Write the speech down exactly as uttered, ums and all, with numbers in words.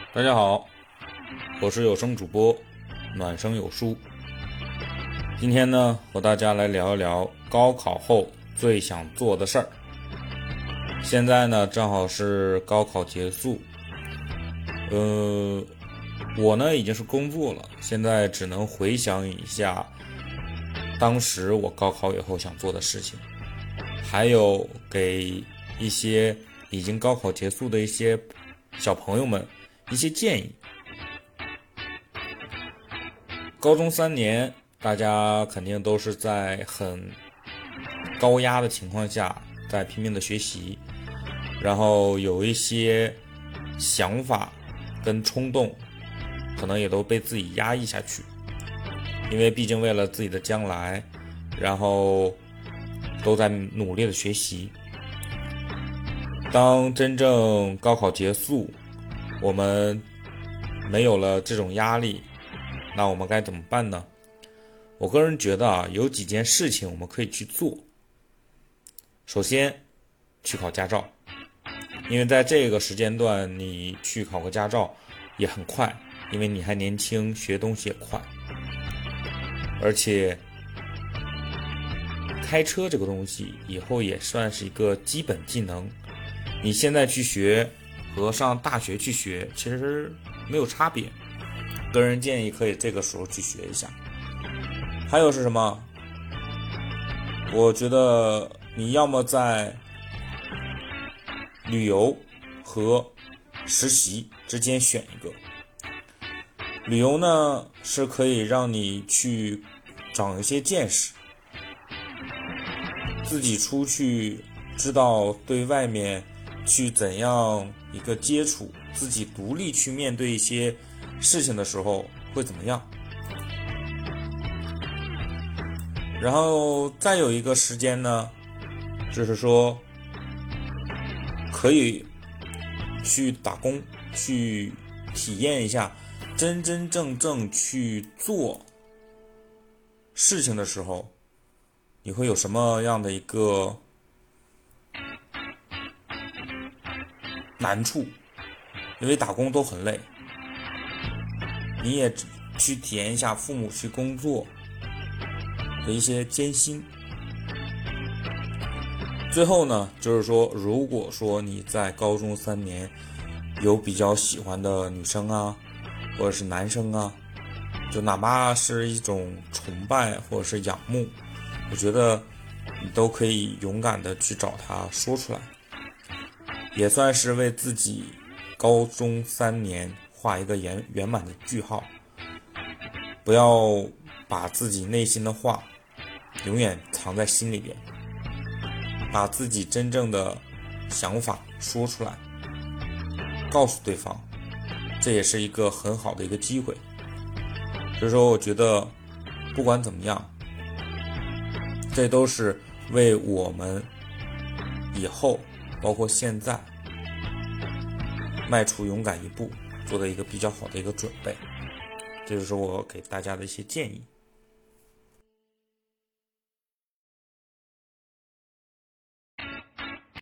大家好，我是有声主播暖声有书。今天呢，和大家来聊一聊高考后最想做的事儿。现在呢，正好是高考结束，呃，我呢已经是工作了，现在只能回想一下当时我高考以后想做的事情，还有给一些已经高考结束的一些小朋友们一些建议。高中三年，大家肯定都是在很高压的情况下，在拼命的学习，然后有一些想法跟冲动，可能也都被自己压抑下去，因为毕竟为了自己的将来，然后都在努力的学习。当真正高考结束，我们没有了这种压力，那我们该怎么办呢？我个人觉得啊，有几件事情我们可以去做。首先，去考驾照，因为在这个时间段，你去考个驾照也很快，因为你还年轻，学东西也快。而且，开车这个东西以后也算是一个基本技能，你现在去学和上大学去学其实没有差别，个人建议可以这个时候去学一下。还有是什么？我觉得你要么在旅游和实习之间选一个。旅游呢是可以让你去长一些见识，自己出去知道对外面去怎样一个接触，自己独立去面对一些事情的时候会怎么样。然后再有一个时间呢，就是说可以去打工，去体验一下真真正正去做事情的时候，你会有什么样的一个难处。因为打工都很累，你也去体验一下父母去工作的一些艰辛。最后呢，就是说如果说你在高中三年有比较喜欢的女生啊，或者是男生啊，就哪怕是一种崇拜或者是仰慕，我觉得你都可以勇敢的去找他说出来，也算是为自己高中三年画一个圆圆满的句号。不要把自己内心的话永远藏在心里边，把自己真正的想法说出来，告诉对方，这也是一个很好的一个机会。所以说我觉得不管怎么样，这都是为我们以后包括现在迈出勇敢一步做的一个比较好的一个准备。这就是我给大家的一些建议。